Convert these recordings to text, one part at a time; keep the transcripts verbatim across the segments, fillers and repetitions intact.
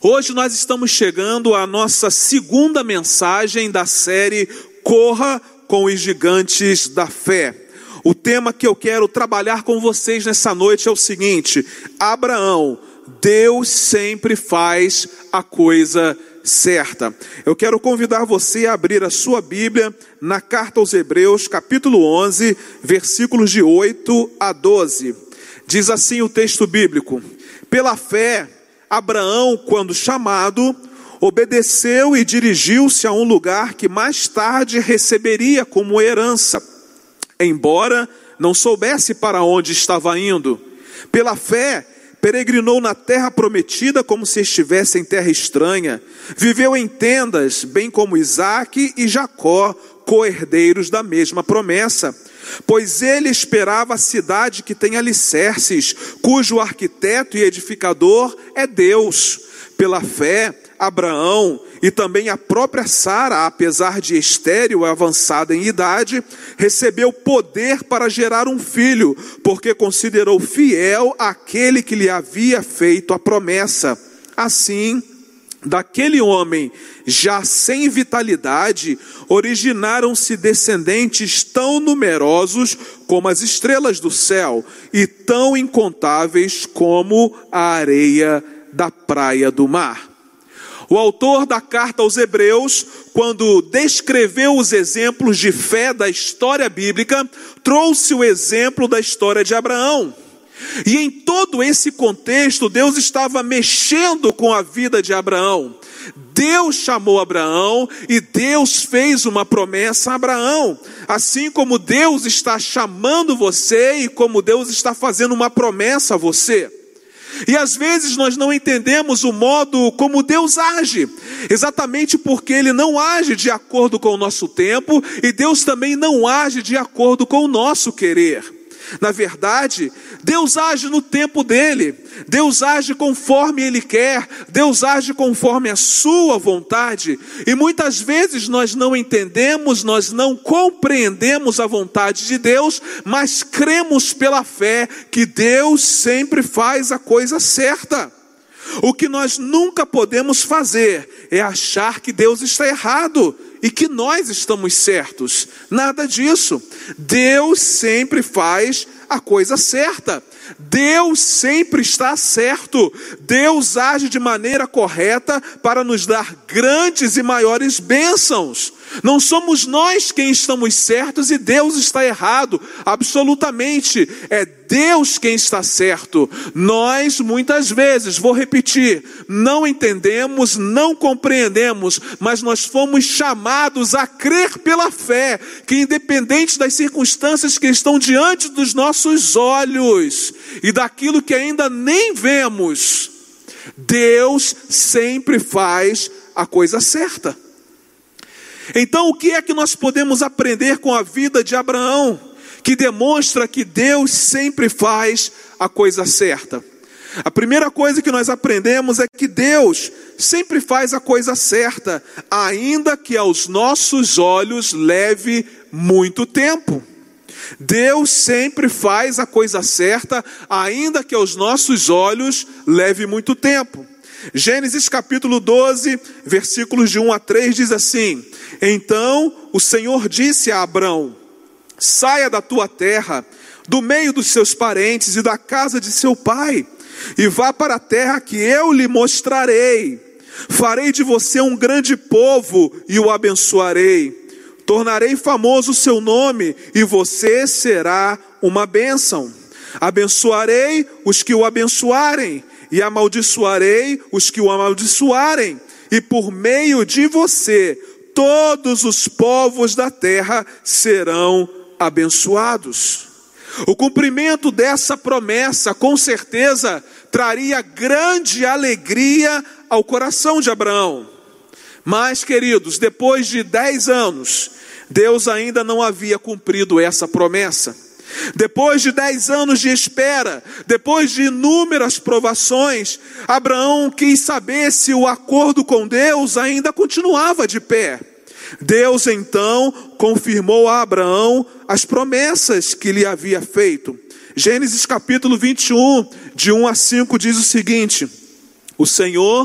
Hoje nós estamos chegando à nossa segunda mensagem da série Corra com os Gigantes da Fé. O tema que eu quero trabalhar com vocês nessa noite é o seguinte: Abraão, Deus sempre faz a coisa certa. Eu quero convidar você a abrir a sua Bíblia na carta aos Hebreus, capítulo onze, versículos de oito a doze. Diz assim o texto bíblico: pela fé, Abraão, quando chamado, obedeceu e dirigiu-se a um lugar que mais tarde receberia como herança, embora não soubesse para onde estava indo. Pela fé, peregrinou na terra prometida como se estivesse em terra estranha. Viveu em tendas, bem como Isaque e Jacó, co-herdeiros da mesma promessa. Pois ele esperava a cidade que tem alicerces, cujo arquiteto e edificador é Deus. Pela fé, Abraão e também a própria Sara, apesar de estéril e avançada em idade, recebeu poder para gerar um filho, porque considerou fiel aquele que lhe havia feito a promessa. Assim, daquele homem já sem vitalidade, originaram-se descendentes tão numerosos como as estrelas do céu e tão incontáveis como a areia da praia do mar. O autor da carta aos Hebreus, quando descreveu os exemplos de fé da história bíblica, trouxe o exemplo da história de Abraão. E em todo esse contexto, Deus estava mexendo com a vida de Abraão. Deus chamou Abraão e Deus fez uma promessa a Abraão. Assim como Deus está chamando você e como Deus está fazendo uma promessa a você. E às vezes nós não entendemos o modo como Deus age, exatamente porque Ele não age de acordo com o nosso tempo e Deus também não age de acordo com o nosso querer. Na verdade, Deus age no tempo dele, Deus age conforme Ele quer, Deus age conforme a sua vontade. E muitas vezes nós não entendemos, nós não compreendemos a vontade de Deus, mas cremos pela fé que Deus sempre faz a coisa certa. O que nós nunca podemos fazer é achar que Deus está errado e que nós estamos certos. Nada disso. Deus sempre faz a coisa certa. Deus sempre está certo. Deus age de maneira correta para nos dar grandes e maiores bênçãos. Não somos nós quem estamos certos e Deus está errado. Absolutamente. É Deus quem está certo. Nós muitas vezes, vou repetir, não entendemos, não compreendemos, mas nós fomos chamados a crer pela fé, que independente das circunstâncias que estão diante dos nossos olhos e daquilo que ainda nem vemos, Deus sempre faz a coisa certa. Então, o que é que nós podemos aprender com a vida de Abraão, que demonstra que Deus sempre faz a coisa certa? A primeira coisa que nós aprendemos é que Deus sempre faz a coisa certa, ainda que aos nossos olhos leve muito tempo. Deus sempre faz a coisa certa, ainda que aos nossos olhos leve muito tempo. Gênesis capítulo doze, versículos de um a três diz assim: então o Senhor disse a Abrão: saia da tua terra, do meio dos seus parentes e da casa de seu pai, e vá para a terra que eu lhe mostrarei. Farei de você um grande povo e o abençoarei. Tornarei famoso o seu nome e você será uma bênção. Abençoarei os que o abençoarem e amaldiçoarei os que o amaldiçoarem. E por meio de você, todos os povos da terra serão abençoados. O cumprimento dessa promessa, com certeza, traria grande alegria ao coração de Abraão. Mas, queridos, depois de dez anos, Deus ainda não havia cumprido essa promessa. Depois de dez anos de espera, depois de inúmeras provações, Abraão quis saber se o acordo com Deus ainda continuava de pé. Deus então confirmou a Abraão as promessas que lhe havia feito. Gênesis capítulo vinte e um, de um a cinco diz o seguinte: o Senhor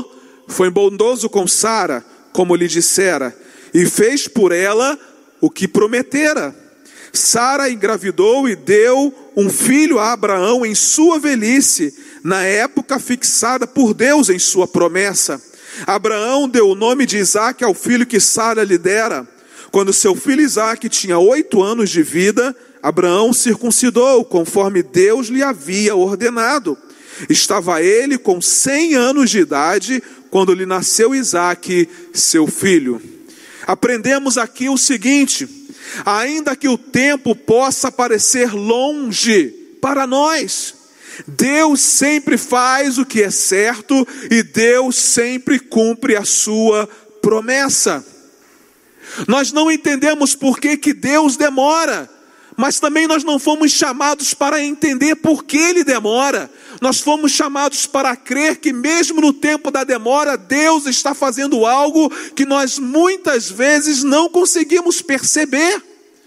foi bondoso com Sara, como lhe dissera, e fez por ela o que prometera. Sara engravidou e deu um filho a Abraão em sua velhice, na época fixada por Deus em sua promessa. Abraão deu o nome de Isaque ao filho que Sara lhe dera. Quando seu filho Isaque tinha oito anos de vida, Abraão circuncidou, conforme Deus lhe havia ordenado. Estava ele com cem anos de idade, quando lhe nasceu Isaque, seu filho. Aprendemos aqui o seguinte: ainda que o tempo possa parecer longe para nós, Deus sempre faz o que é certo e Deus sempre cumpre a sua promessa. Nós não entendemos por que que Deus demora, mas também nós não fomos chamados para entender por que Ele demora. Nós fomos chamados para crer que mesmo no tempo da demora, Deus está fazendo algo que nós muitas vezes não conseguimos perceber.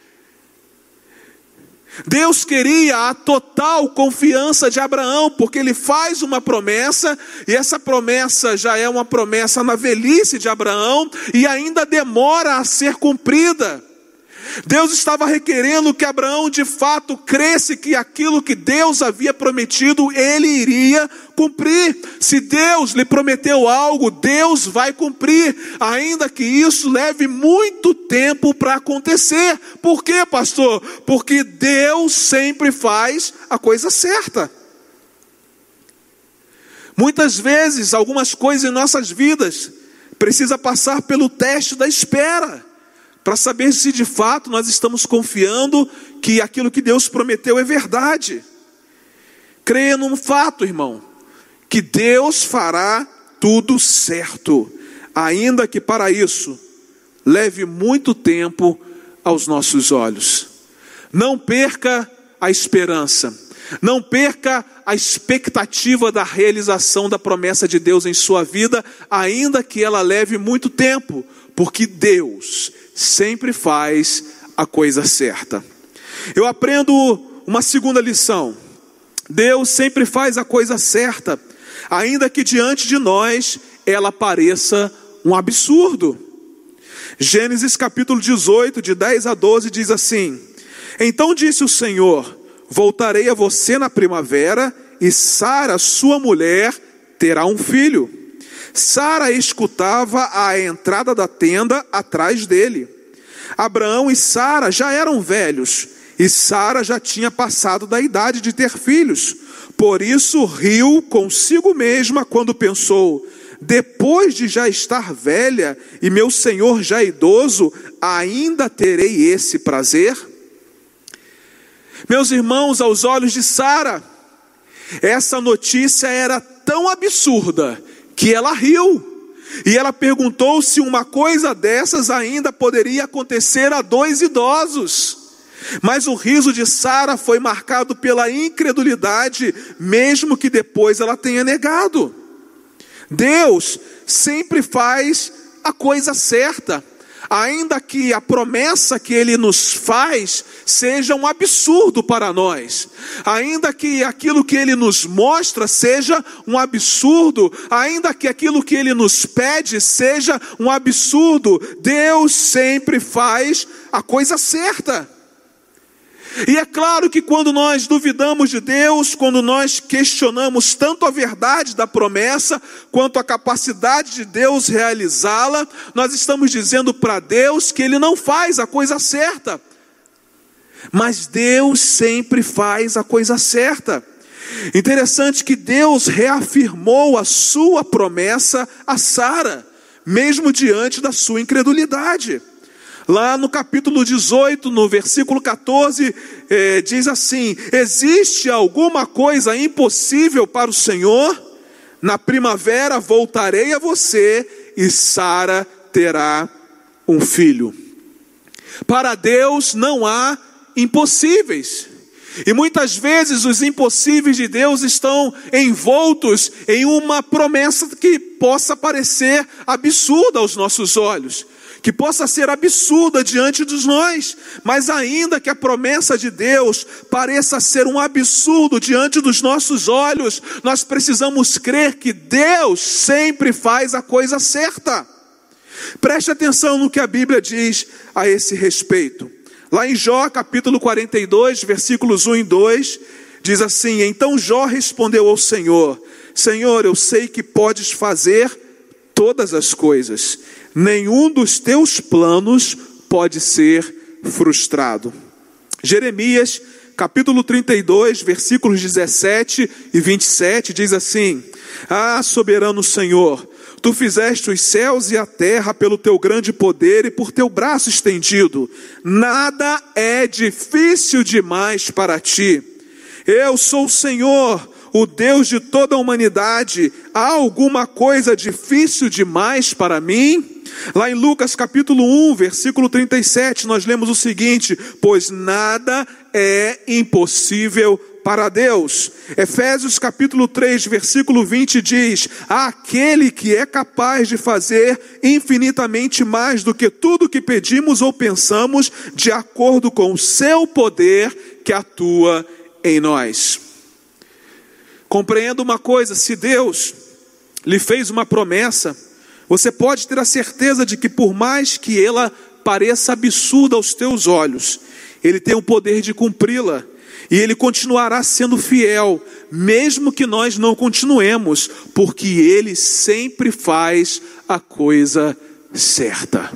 Deus queria a total confiança de Abraão, porque Ele faz uma promessa, e essa promessa já é uma promessa na velhice de Abraão, e ainda demora a ser cumprida. Deus estava requerendo que Abraão de fato cresce que aquilo que Deus havia prometido, ele iria cumprir. Se Deus lhe prometeu algo, Deus vai cumprir, ainda que isso leve muito tempo para acontecer. Por quê, pastor? Porque Deus sempre faz a coisa certa. Muitas vezes, algumas coisas em nossas vidas precisam passar pelo teste da espera, para saber se de fato nós estamos confiando que aquilo que Deus prometeu é verdade. Creia num fato, irmão, que Deus fará tudo certo, ainda que para isso leve muito tempo aos nossos olhos. Não perca a esperança, não perca a expectativa da realização da promessa de Deus em sua vida, ainda que ela leve muito tempo, porque Deus sempre faz a coisa certa. Eu aprendo uma segunda lição: Deus sempre faz a coisa certa, ainda que diante de nós ela pareça um absurdo. Gênesis capítulo dezoito, de dez a doze, diz assim: então disse o Senhor: voltarei a você na primavera, e Sara, sua mulher, terá um filho. Sara escutava à entrada da tenda atrás dele. Abraão e Sara já eram velhos, e Sara já tinha passado da idade de ter filhos. Por isso riu consigo mesma quando pensou: depois de já estar velha e meu senhor já idoso, ainda terei esse prazer? Meus irmãos, aos olhos de Sara, essa notícia era tão absurda que ela riu. E ela perguntou se uma coisa dessas ainda poderia acontecer a dois idosos. Mas o riso de Sara foi marcado pela incredulidade, mesmo que depois ela tenha negado. Deus sempre faz a coisa certa, ainda que a promessa que Ele nos faz seja um absurdo para nós, ainda que aquilo que Ele nos mostra seja um absurdo, ainda que aquilo que Ele nos pede seja um absurdo, Deus sempre faz a coisa certa. E é claro que quando nós duvidamos de Deus, quando nós questionamos tanto a verdade da promessa, quanto a capacidade de Deus realizá-la, nós estamos dizendo para Deus que Ele não faz a coisa certa. Mas Deus sempre faz a coisa certa. Interessante que Deus reafirmou a sua promessa a Sara, mesmo diante da sua incredulidade. Lá no capítulo dezoito, no versículo catorze, eh, diz assim: existe alguma coisa impossível para o Senhor? Na primavera voltarei a você e Sara terá um filho. Para Deus não há impossíveis. E muitas vezes os impossíveis de Deus estão envoltos em uma promessa que possa parecer absurda aos nossos olhos, que possa ser absurda diante de nós, mas ainda que a promessa de Deus pareça ser um absurdo diante dos nossos olhos, nós precisamos crer que Deus sempre faz a coisa certa. Preste atenção no que a Bíblia diz a esse respeito. Lá em Jó, capítulo quarenta e dois, versículos um e dois, diz assim: então Jó respondeu ao Senhor: Senhor, eu sei que podes fazer todas as coisas, nenhum dos teus planos pode ser frustrado. Jeremias, capítulo trinta e dois, versículos dezessete e vinte e sete, diz assim: ah, soberano Senhor, tu fizeste os céus e a terra pelo teu grande poder e por teu braço estendido. Nada é difícil demais para ti. Eu sou o Senhor, o Deus de toda a humanidade. Há alguma coisa difícil demais para mim? Lá em Lucas capítulo um, versículo trinta e sete, nós lemos o seguinte: pois nada é impossível para Deus. Efésios capítulo três, versículo vinte diz: aquele que é capaz de fazer infinitamente mais do que tudo que pedimos ou pensamos, de acordo com o seu poder que atua em nós. Compreenda uma coisa: se Deus lhe fez uma promessa, você pode ter a certeza de que, por mais que ela pareça absurda aos teus olhos, Ele tem o poder de cumpri-la. E Ele continuará sendo fiel, mesmo que nós não continuemos, porque Ele sempre faz a coisa certa.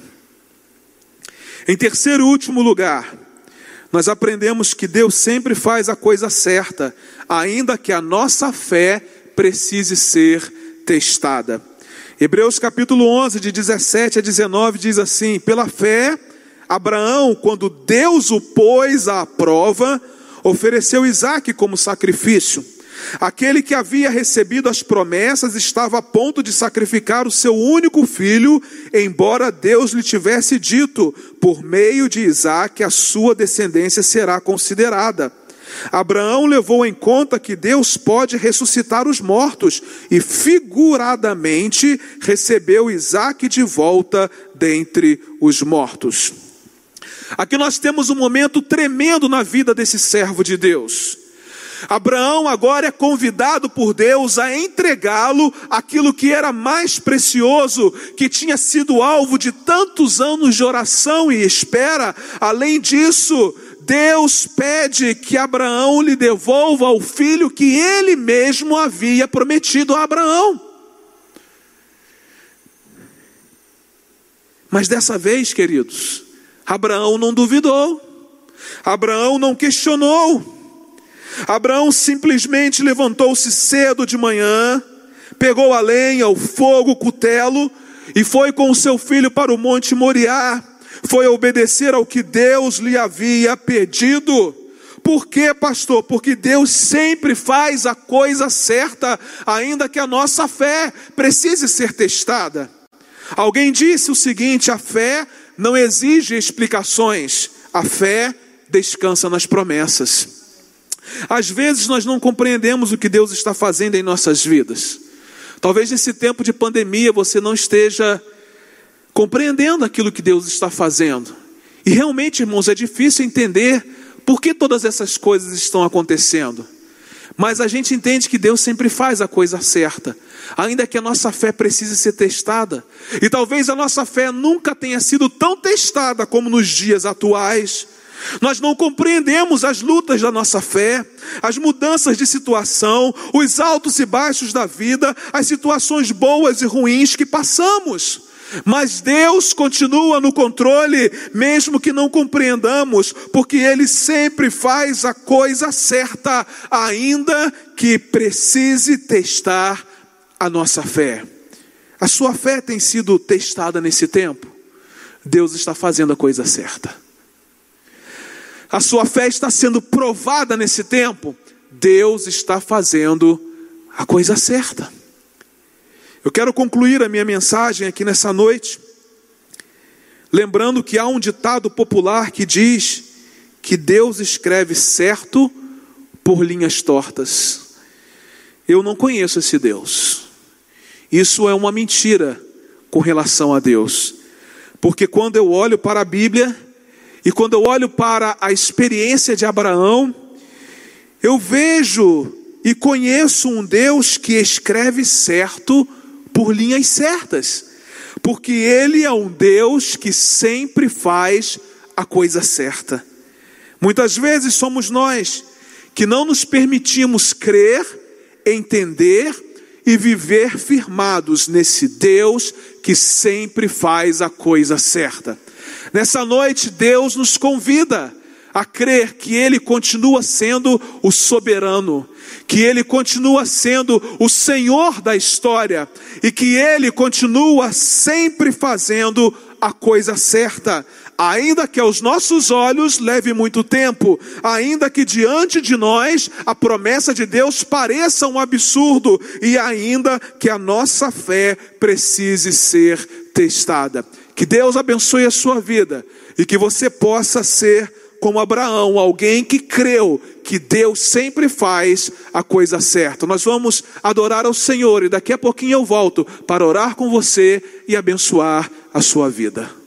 Em terceiro e último lugar, nós aprendemos que Deus sempre faz a coisa certa, ainda que a nossa fé precise ser testada. Hebreus capítulo onze, de dezessete a dezenove, diz assim: pela fé, Abraão, quando Deus o pôs à prova, ofereceu Isaque como sacrifício. Aquele que havia recebido as promessas estava a ponto de sacrificar o seu único filho, embora Deus lhe tivesse dito: por meio de Isaque a sua descendência será considerada. Abraão levou em conta que Deus pode ressuscitar os mortos e figuradamente recebeu Isaque de volta dentre os mortos. Aqui nós temos um momento tremendo na vida desse servo de Deus. Abraão agora é convidado por Deus a entregá-lo aquilo que era mais precioso, que tinha sido alvo de tantos anos de oração e espera. Além disso, Deus pede que Abraão lhe devolva o filho que ele mesmo havia prometido a Abraão. Mas dessa vez, queridos, Abraão não duvidou, Abraão não questionou. Abraão simplesmente levantou-se cedo de manhã, pegou a lenha, o fogo, o cutelo e foi com o seu filho para o monte Moriá. Foi obedecer ao que Deus lhe havia pedido. Por quê, pastor? Porque Deus sempre faz a coisa certa, ainda que a nossa fé precise ser testada. Alguém disse o seguinte: a fé não exige explicações, a fé descansa nas promessas. Às vezes nós não compreendemos o que Deus está fazendo em nossas vidas. Talvez nesse tempo de pandemia você não esteja compreendendo aquilo que Deus está fazendo. E realmente, irmãos, é difícil entender por que todas essas coisas estão acontecendo. Mas a gente entende que Deus sempre faz a coisa certa, ainda que a nossa fé precise ser testada. E talvez a nossa fé nunca tenha sido tão testada como nos dias atuais. Nós não compreendemos as lutas da nossa fé, as mudanças de situação, os altos e baixos da vida, as situações boas e ruins que passamos. Mas Deus continua no controle, mesmo que não compreendamos, porque Ele sempre faz a coisa certa, ainda que precise testar a nossa fé. A sua fé tem sido testada nesse tempo? Deus está fazendo a coisa certa. A sua fé está sendo provada nesse tempo? Deus está fazendo a coisa certa. Eu quero concluir a minha mensagem aqui nessa noite, lembrando que há um ditado popular que diz que Deus escreve certo por linhas tortas. Eu não conheço esse Deus. Isso é uma mentira com relação a Deus. Porque quando eu olho para a Bíblia, e quando eu olho para a experiência de Abraão, eu vejo e conheço um Deus que escreve certo por linhas certas. Porque Ele é um Deus que sempre faz a coisa certa. Muitas vezes somos nós que não nos permitimos crer, entender e viver firmados nesse Deus que sempre faz a coisa certa. Nessa noite, Deus nos convida a crer que Ele continua sendo o soberano, que Ele continua sendo o Senhor da história e que Ele continua sempre fazendo a coisa certa. Ainda que aos nossos olhos leve muito tempo, ainda que diante de nós a promessa de Deus pareça um absurdo, e ainda que a nossa fé precise ser testada. Que Deus abençoe a sua vida e que você possa ser como Abraão, alguém que creu que Deus sempre faz a coisa certa. Nós vamos adorar ao Senhor e daqui a pouquinho eu volto para orar com você e abençoar a sua vida.